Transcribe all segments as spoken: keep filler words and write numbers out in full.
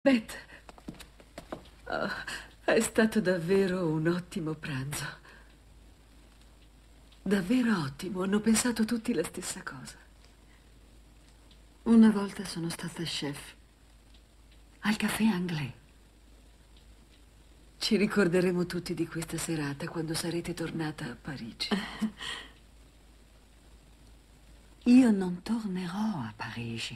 Beth, oh, è stato davvero un ottimo pranzo. Davvero ottimo, hanno pensato tutti la stessa cosa. Una volta sono stata chef al Café Anglais. Ci ricorderemo tutti di questa serata quando sarete tornata a Parigi. Io non tornerò a Parigi.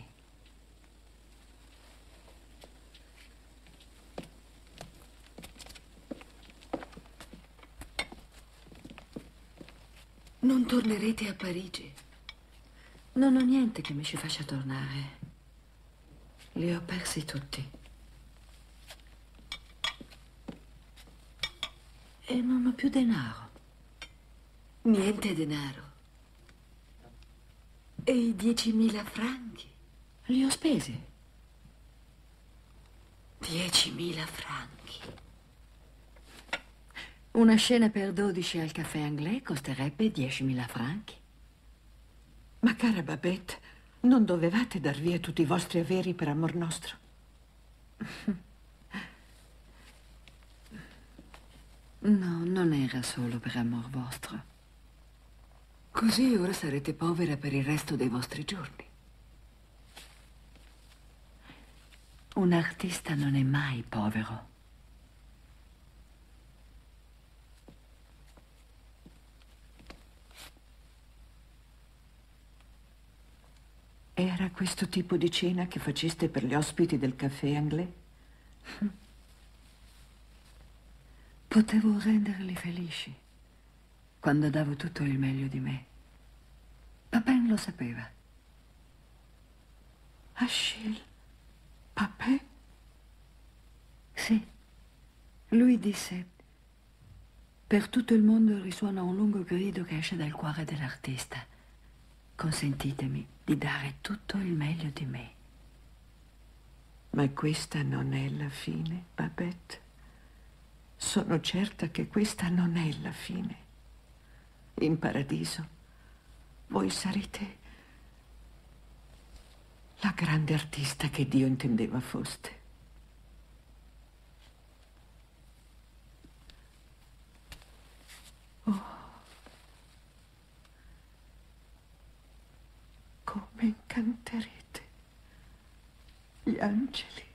Non tornerete a Parigi? Non ho niente che mi ci faccia tornare. Li ho persi tutti. E non ho più denaro. Niente denaro. E i diecimila franchi? Li ho spesi. Diecimila franchi. Una scena per dodici al Café Anglais costerebbe diecimila franchi. Ma cara Babette, non dovevate dar via tutti i vostri averi per amor nostro? No, non era solo per amor vostro. Così ora sarete povera per il resto dei vostri giorni. Un artista non è mai povero. Era questo tipo di cena che faceste per gli ospiti del Café Anglais? Potevo renderli felici quando davo tutto il meglio di me. Papin lo sapeva. Achille Papin? Sì. Lui disse: per tutto il mondo risuona un lungo grido che esce dal cuore dell'artista. Consentitemi di dare tutto il meglio di me. Ma questa non è la fine, Babette. Sono certa che questa non è la fine. In paradiso voi sarete la grande artista che Dio intendeva foste. Oh, come incanterete gli angeli.